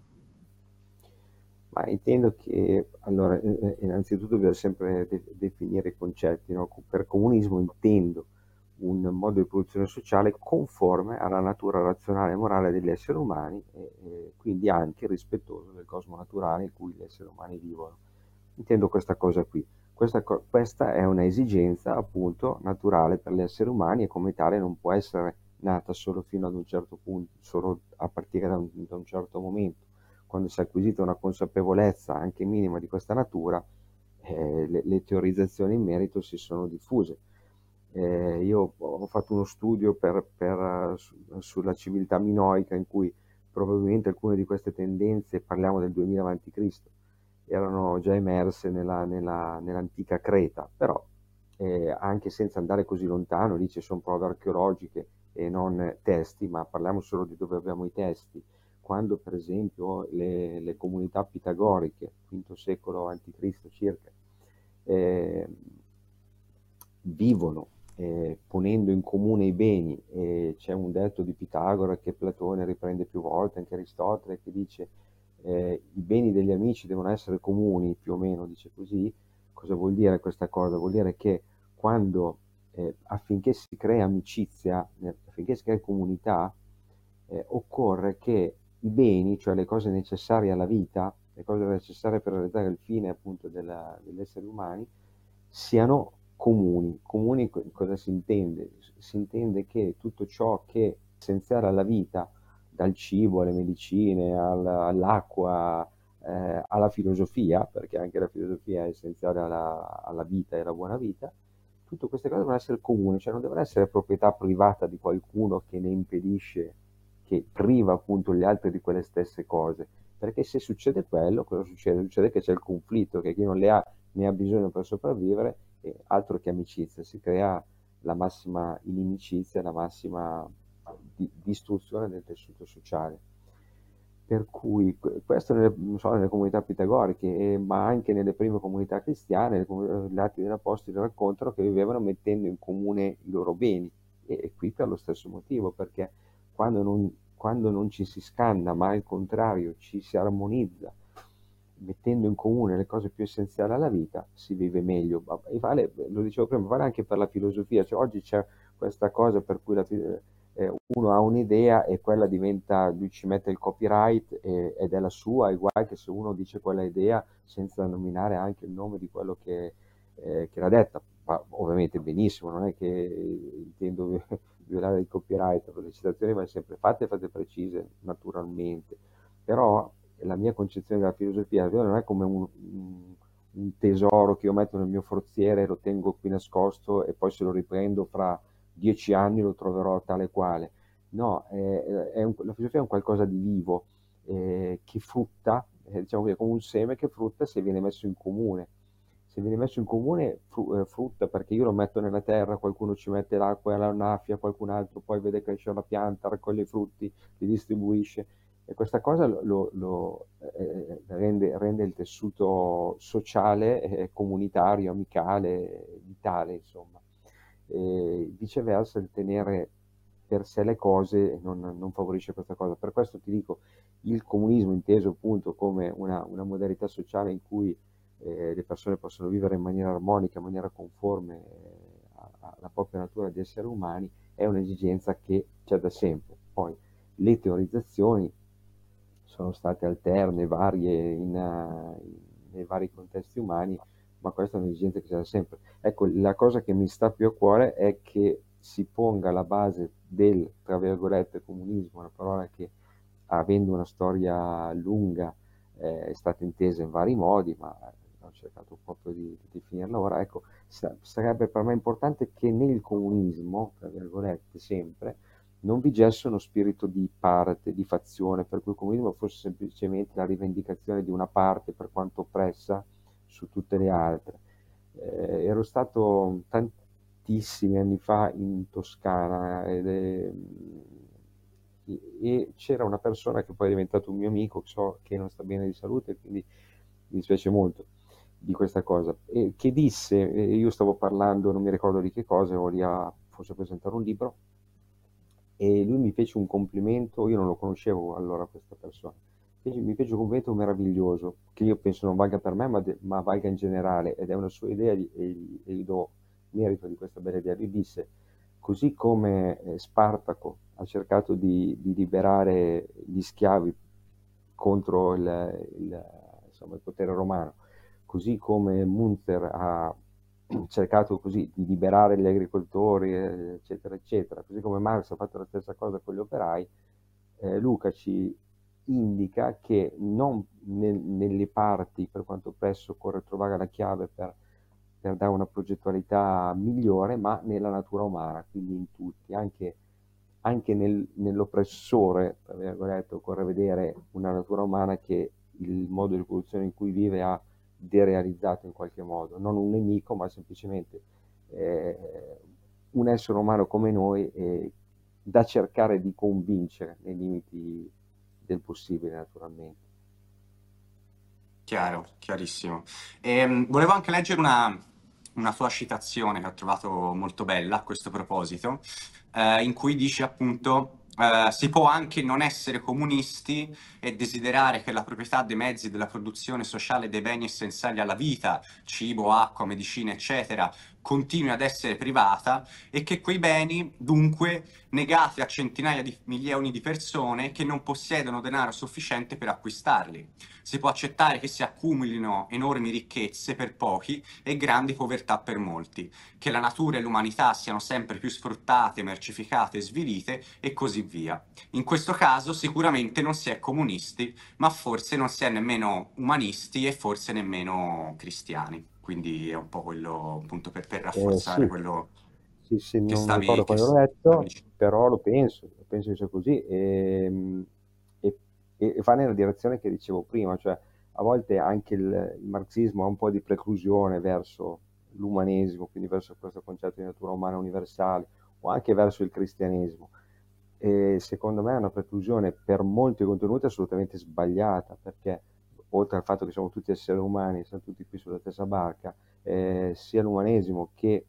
Ma intendo che, allora, innanzitutto bisogna sempre definire i concetti, no? Per comunismo intendo un modo di produzione sociale conforme alla natura razionale e morale degli esseri umani e quindi anche rispettoso del cosmo naturale in cui gli esseri umani vivono. Intendo questa cosa qui. Questa è una esigenza appunto naturale per gli esseri umani e come tale non può essere nata solo fino ad un certo punto, solo a partire da un certo momento. Quando si è acquisita una consapevolezza anche minima di questa natura, le teorizzazioni in merito si sono diffuse. Io ho fatto uno studio sulla civiltà minoica in cui probabilmente alcune di queste tendenze, parliamo del 2000 a.C., erano già emerse nell'antica Creta, però anche senza andare così lontano, lì ci sono prove archeologiche e non testi, ma parliamo solo di dove abbiamo i testi. Quando per esempio le comunità pitagoriche, V secolo a.C. circa, eh, vivono ponendo in comune i beni, e c'è un detto di Pitagora che Platone riprende più volte, anche Aristotele, che dice i beni degli amici devono essere comuni, più o meno dice così. Cosa vuol dire questa cosa? Vuol dire che quando affinché si crea amicizia, affinché si crea comunità, occorre che i beni, cioè le cose necessarie alla vita, le cose necessarie per realizzare il fine appunto degli esseri umani, siano comuni. Comuni cosa si intende? Si intende che tutto ciò che è essenziale alla vita, dal cibo alle medicine, all'acqua, alla filosofia, perché anche la filosofia è essenziale alla vita e alla buona vita, tutte queste cose devono essere comuni, cioè non devono essere proprietà privata di qualcuno che ne impedisce, che priva appunto gli altri di quelle stesse cose. Perché se succede quello, cosa succede? Succede che c'è il conflitto, che chi non le ha ne ha bisogno per sopravvivere, e altro che amicizia, si crea la massima inimicizia, la massima distruzione del tessuto sociale. Per cui questo non so, nelle comunità pitagoriche, ma anche nelle prime comunità cristiane, gli Atti degli Apostoli raccontano che vivevano mettendo in comune i loro beni. E qui per lo stesso motivo, perché quando non ci si scanna, ma al contrario ci si armonizza, mettendo in comune le cose più essenziali alla vita, si vive meglio. E vale, lo dicevo prima, vale anche per la filosofia. Cioè, oggi c'è questa cosa per cui uno ha un'idea e quella diventa, lui ci mette il copyright ed è la sua, è uguale che se uno dice quella idea senza nominare anche il nome di quello che l'ha detta. Ma ovviamente benissimo, non è che intendo violare il copyright, le citazioni vanno sempre fatte precise, naturalmente. Però la mia concezione della filosofia non è come un tesoro che io metto nel mio forziere e lo tengo qui nascosto e poi se lo riprendo fra 10 anni lo troverò tale quale. No, la filosofia è un qualcosa di vivo, che frutta, diciamo così, è come un seme che frutta se viene messo in comune. Se viene messo in comune frutta perché io lo metto nella terra, qualcuno ci mette l'acqua e la annaffia, qualcun altro poi vede crescere la pianta, raccoglie i frutti, li distribuisce. E questa cosa rende il tessuto sociale, comunitario, amicale, vitale, insomma. E viceversa, il tenere per sé le cose non favorisce questa cosa. Per questo ti dico, il comunismo inteso appunto come una modalità sociale in cui le persone possono vivere in maniera armonica, in maniera conforme alla propria natura di esseri umani, è un'esigenza che c'è da sempre. Poi le teorizzazioni sono state alterne, varie nei vari contesti umani, ma questa è un'esigenza che c'è da sempre. Ecco, la cosa che mi sta più a cuore è che si ponga la base del, tra virgolette, comunismo, una parola che avendo una storia lunga è stata intesa in vari modi, ma ho cercato proprio di definirla ora. Ecco, sarebbe per me importante che nel comunismo, tra virgolette, sempre, non vigesse uno spirito di parte, di fazione, per cui il comunismo fosse semplicemente la rivendicazione di una parte per quanto oppressa su tutte le altre. Ero stato tantissimi anni fa in Toscana e c'era una persona che poi è diventato un mio amico, so che non sta bene di salute, quindi mi dispiace molto di questa cosa, e che disse, io stavo parlando, non mi ricordo di che cosa, ero lì a forse presentare un libro, e lui mi fece un complimento, io non lo conoscevo allora questa persona, mi fece un complimento meraviglioso, che io penso non valga per me, ma valga in generale, ed è una sua idea e gli do merito di questa bella idea. Lui disse, così come Spartaco ha cercato di liberare gli schiavi contro insomma, il potere romano, così come Munther ha cercato così di liberare gli agricoltori, eccetera, eccetera, così come Marx ha fatto la stessa cosa con gli operai, Luca ci indica che non nelle parti, per quanto presto occorre trovare la chiave per dare una progettualità migliore, ma nella natura umana, quindi in tutti, anche nell'oppressore, tra virgolette, occorre vedere una natura umana che il modo di evoluzione in cui vive ha derealizzato in qualche modo, non un nemico, ma semplicemente eh, un essere umano come noi, da cercare di convincere nei limiti del possibile, naturalmente. Chiaro, chiarissimo. Volevo anche leggere una tua citazione che ho trovato molto bella a questo proposito, in cui dici appunto, si può anche non essere comunisti e desiderare che la proprietà dei mezzi della produzione sociale dei beni essenziali alla vita, cibo, acqua, medicina, eccetera, continui ad essere privata e che quei beni, dunque, negati a centinaia di milioni di persone che non possiedono denaro sufficiente per acquistarli. Si può accettare che si accumulino enormi ricchezze per pochi e grandi povertà per molti, che la natura e l'umanità siano sempre più sfruttate, mercificate e svilite e così via. In questo caso sicuramente non si è comunisti, ma forse non si è nemmeno umanisti e forse nemmeno cristiani. Quindi è un po' quello, appunto, per rafforzare Sì, quello sì, sì, che non stavi, ricordo che quando l'ho stavi letto, dicendo. però lo penso che sia così, e- e va nella direzione che dicevo prima, cioè a volte anche il marxismo ha un po' di preclusione verso l'umanesimo, quindi verso questo concetto di natura umana universale, o anche verso il cristianesimo. E secondo me è una preclusione per molti contenuti assolutamente sbagliata, perché oltre al fatto che siamo tutti esseri umani, siamo tutti qui sulla stessa barca, sia l'umanesimo che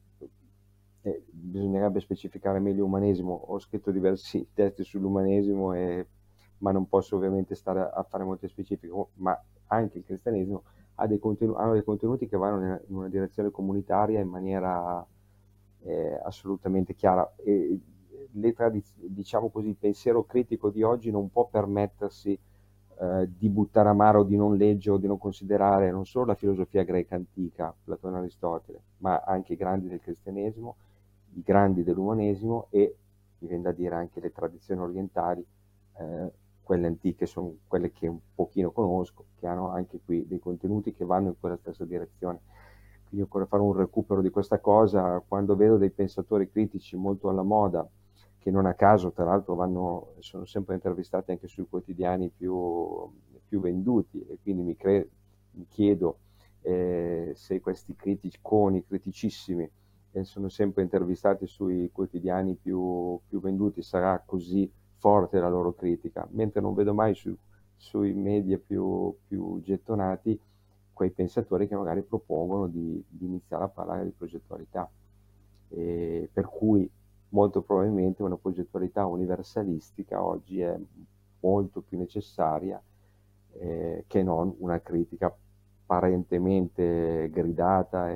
bisognerebbe specificare meglio umanesimo. Ho scritto diversi testi sull'umanesimo, ma non posso ovviamente stare a fare molte specifiche, ma anche il cristianesimo hanno dei contenuti che vanno in una direzione comunitaria in maniera assolutamente chiara. E diciamo così, il pensiero critico di oggi non può permettersi di buttare a mare o di non leggere o di non considerare non solo la filosofia greca antica, Platone e Aristotele, ma anche i grandi del cristianesimo, i grandi dell'umanesimo e, mi viene da dire, anche le tradizioni orientali, eh, quelle antiche sono quelle che un pochino conosco, che hanno anche qui dei contenuti che vanno in quella stessa direzione. Quindi occorre fare un recupero di questa cosa. Quando vedo dei pensatori critici molto alla moda, che non a caso tra l'altro sono sempre intervistati anche sui quotidiani più venduti, e quindi mi chiedo se questi criticoni, criticissimi, sono sempre intervistati sui quotidiani più venduti, sarà così forte la loro critica, mentre non vedo mai sui media più gettonati quei pensatori che magari propongono di iniziare a parlare di progettualità, per cui molto probabilmente una progettualità universalistica oggi è molto più necessaria che non una critica apparentemente gridata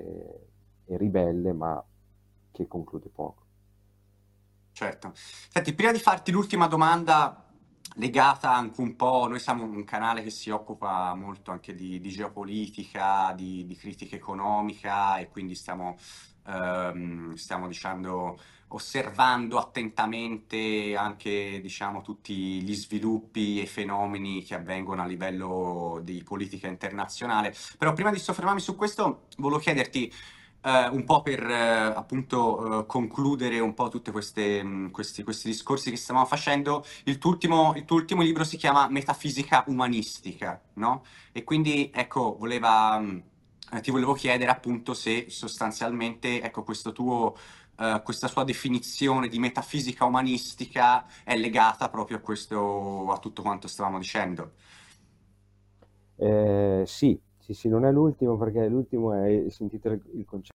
e ribelle, ma che conclude poco. Certo. Senti, prima di farti l'ultima domanda legata anche un po', noi siamo un canale che si occupa molto anche di geopolitica, di critica economica e quindi stiamo diciamo, osservando attentamente anche, diciamo, tutti gli sviluppi e i fenomeni che avvengono a livello di politica internazionale. Però prima di soffermarmi su questo, volevo chiederti un po' per appunto concludere un po' tutti questi discorsi che stavamo facendo. Il tuo ultimo libro si chiama Metafisica umanistica, no? E quindi ecco, ti volevo chiedere appunto se sostanzialmente ecco, questa sua definizione di metafisica umanistica è legata proprio a tutto quanto stavamo dicendo. Sì, sì, sì, non è l'ultimo perché l'ultimo si intitola il concetto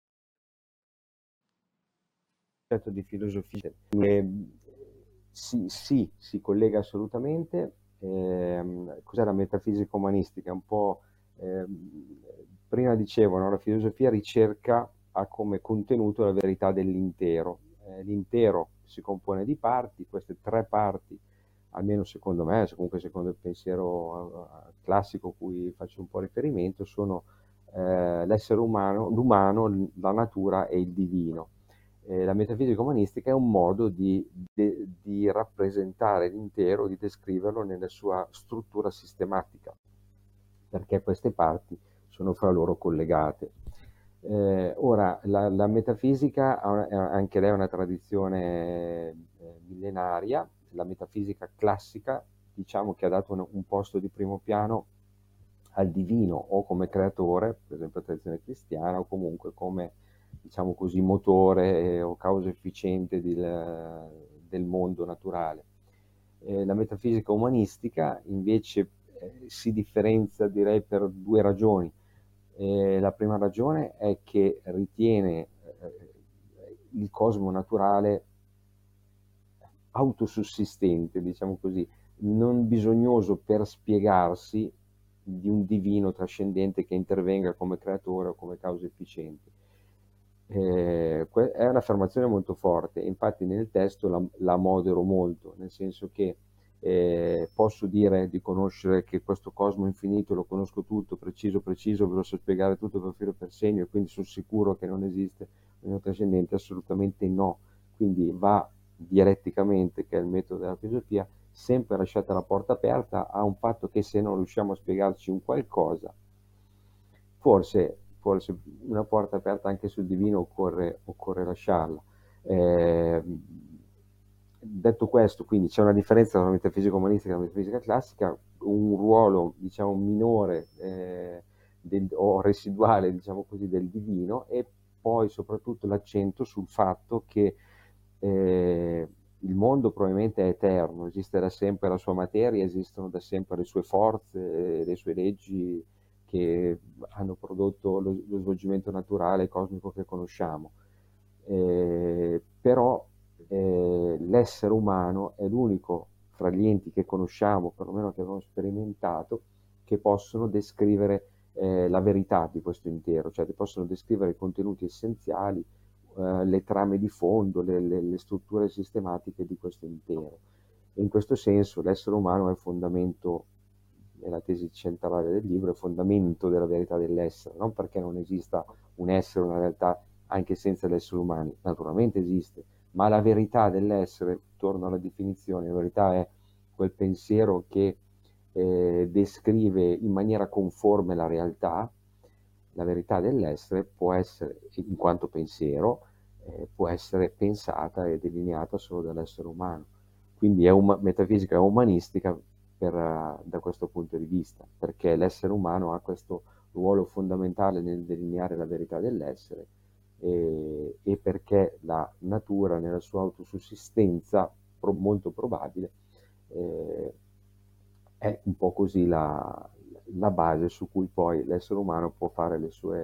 di filosofia. Sì, sì, si collega assolutamente. Cos'è la metafisica umanistica? Un po', prima dicevo, no, la filosofia ha come contenuto la verità dell'intero. L'intero si compone di parti, queste tre parti, almeno secondo me, comunque secondo il pensiero classico a cui faccio un po' riferimento, sono l'essere umano, l'umano, la natura e il divino. La metafisica umanistica è un modo di rappresentare l'intero, di descriverlo nella sua struttura sistematica, perché queste parti sono fra loro collegate. Ora, la metafisica anche lei è una tradizione millenaria. La metafisica classica, diciamo che ha dato un posto di primo piano al divino o come creatore, per esempio la tradizione cristiana, o comunque come, diciamo così, motore o causa efficiente del mondo naturale. La metafisica umanistica invece si differenzia, direi, per due ragioni. La prima ragione è che ritiene il cosmo naturale autosussistente, diciamo così, non bisognoso per spiegarsi di un divino trascendente che intervenga come creatore o come causa efficiente. È un'affermazione molto forte, infatti nel testo la modero molto, nel senso che posso dire di conoscere che questo cosmo infinito lo conosco tutto, preciso, preciso, ve lo so spiegare tutto per filo e per segno e quindi sono sicuro che non esiste un trascendente, assolutamente no. Quindi va dialetticamente, che è il metodo della filosofia, sempre lasciata la porta aperta a un fatto che se non riusciamo a spiegarci un qualcosa, forse una porta aperta anche sul divino occorre lasciarla. Eh, Detto questo, quindi c'è una differenza tra la metafisica umanistica e la metafisica classica, un ruolo diciamo minore o residuale diciamo così, del divino, e poi soprattutto l'accento sul fatto che il mondo probabilmente è eterno, esiste da sempre la sua materia, esistono da sempre le sue forze, le sue leggi che hanno prodotto lo svolgimento naturale e cosmico che conosciamo. Però l'essere umano è l'unico fra gli enti che conosciamo, perlomeno che abbiamo sperimentato, che possono descrivere la verità di questo intero, cioè che possono descrivere i contenuti essenziali, le trame di fondo, le strutture sistematiche di questo intero. E in questo senso l'essere umano è il fondamento, è la tesi centrale del libro, è il fondamento della verità dell'essere, non perché non esista un essere, una realtà anche senza l'essere umano, naturalmente esiste, ma la verità dell'essere, torno alla definizione, la verità è quel pensiero che descrive in maniera conforme la realtà. La verità dell'essere può essere, in quanto pensiero, può essere pensata e delineata solo dall'essere umano. Quindi è metafisica umanistica da questo punto di vista, perché l'essere umano ha questo ruolo fondamentale nel delineare la verità dell'essere e perché la natura nella sua autosussistenza molto probabile eh, è un po' così la base su cui poi l'essere umano può fare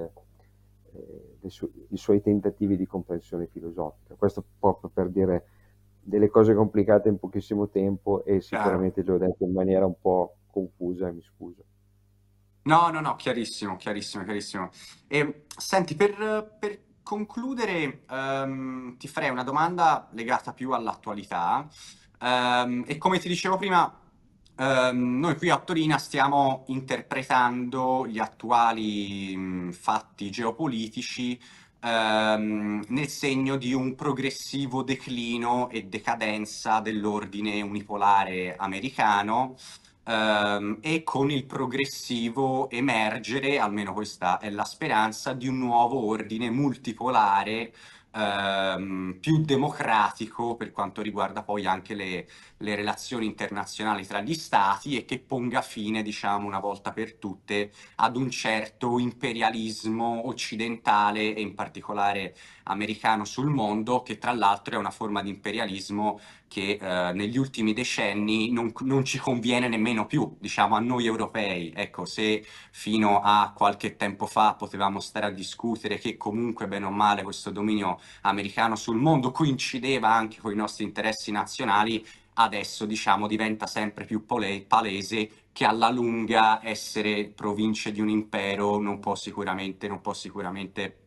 i suoi tentativi di comprensione filosofica. Questo proprio per dire delle cose complicate in pochissimo tempo e Chiaro. sicuramente le ho dette in maniera un po' confusa e mi scuso. No, no, no, chiarissimo, chiarissimo, chiarissimo. E senti, per concludere, ti farei una domanda legata più all'attualità. E come ti dicevo prima, noi qui a Torino stiamo interpretando gli attuali, fatti geopolitici, nel segno di un progressivo declino e decadenza dell'ordine unipolare americano e con il progressivo emergere, almeno questa è la speranza, di un nuovo ordine multipolare, più democratico per quanto riguarda poi anche le relazioni internazionali tra gli stati e che ponga fine, diciamo, una volta per tutte ad un certo imperialismo occidentale e in particolare americano sul mondo, che tra l'altro è una forma di imperialismo che negli ultimi decenni non ci conviene nemmeno più, diciamo, a noi europei. Ecco, se fino a qualche tempo fa potevamo stare a discutere che comunque, bene o male, questo dominio americano sul mondo coincideva anche con i nostri interessi nazionali, adesso, diciamo, diventa sempre più palese che alla lunga essere province di un impero non può sicuramente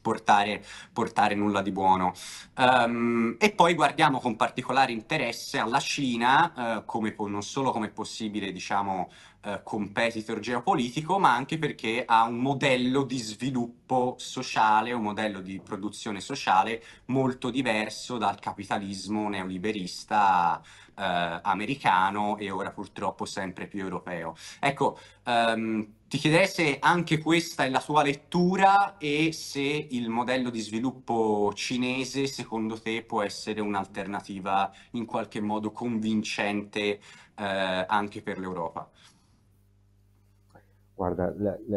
portare nulla di buono. E poi guardiamo con particolare interesse alla Cina, non solo come possibile, diciamo, competitor geopolitico, ma anche perché ha un modello di sviluppo sociale, un modello di produzione sociale molto diverso dal capitalismo neoliberista americano e ora purtroppo sempre più europeo. Ecco, ti chiederei se anche questa è la tua lettura e se il modello di sviluppo cinese, secondo te, può essere un'alternativa in qualche modo convincente, anche per l'Europa. Guarda,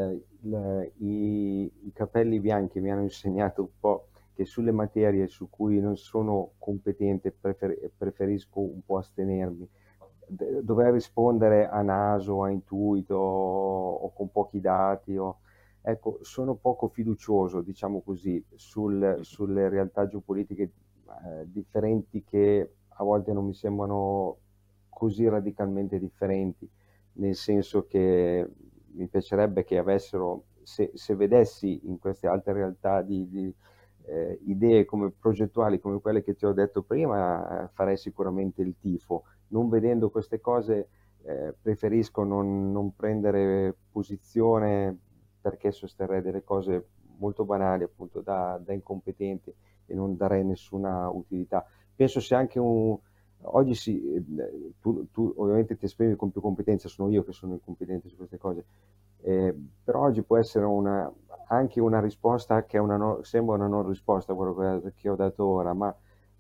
i capelli bianchi mi hanno insegnato un po' che sulle materie su cui non sono competente preferisco un po' astenermi. Dover rispondere a naso, a intuito o con pochi dati, ecco, sono poco fiducioso, diciamo così, sulle realtà geopolitiche differenti, che a volte non mi sembrano così radicalmente differenti, nel senso che mi piacerebbe che avessero, se vedessi in queste altre realtà idee come progettuali come quelle che ti ho detto prima, farei sicuramente il tifo. Non vedendo queste cose, preferisco non prendere posizione, perché sosterrei delle cose molto banali, appunto, da incompetenti, e non darei nessuna utilità. Penso sia anche oggi sì, tu ovviamente ti esprimi con più competenza, sono io che sono incompetente su queste cose, però oggi può essere anche una risposta che è sembra una non risposta, quello che ho dato ora, ma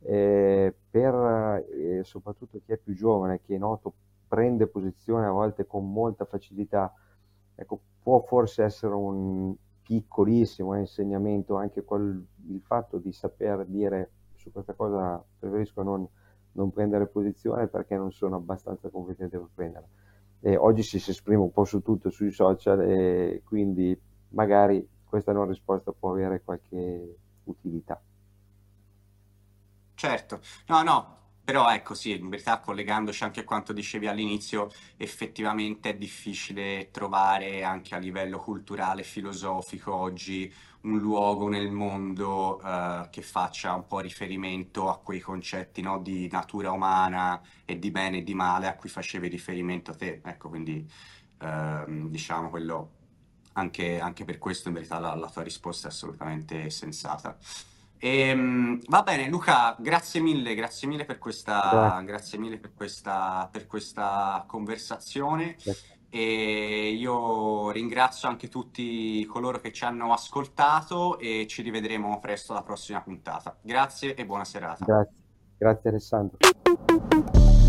per soprattutto chi è più giovane, che noto prende posizione a volte con molta facilità, ecco, può forse essere un piccolissimo insegnamento anche il fatto di saper dire: su questa cosa preferisco non prendere posizione perché non sono abbastanza competente per prenderla. Oggi si esprime un po' su tutto sui social, e quindi magari questa non risposta può avere qualche utilità. Certo, no, no, però ecco sì, in verità collegandoci anche a quanto dicevi all'inizio, effettivamente è difficile trovare anche a livello culturale e filosofico oggi un luogo nel mondo che faccia un po' riferimento a quei concetti, no, di natura umana e di bene e di male a cui facevi riferimento te. Ecco, quindi diciamo quello, anche per questo in verità la tua risposta è assolutamente sensata. Va bene, Luca, grazie mille Grazie. per questa conversazione Grazie. e io ringrazio anche tutti coloro che ci hanno ascoltato e ci rivedremo presto alla prossima puntata. Grazie e buona serata. Grazie. Grazie Alessandro.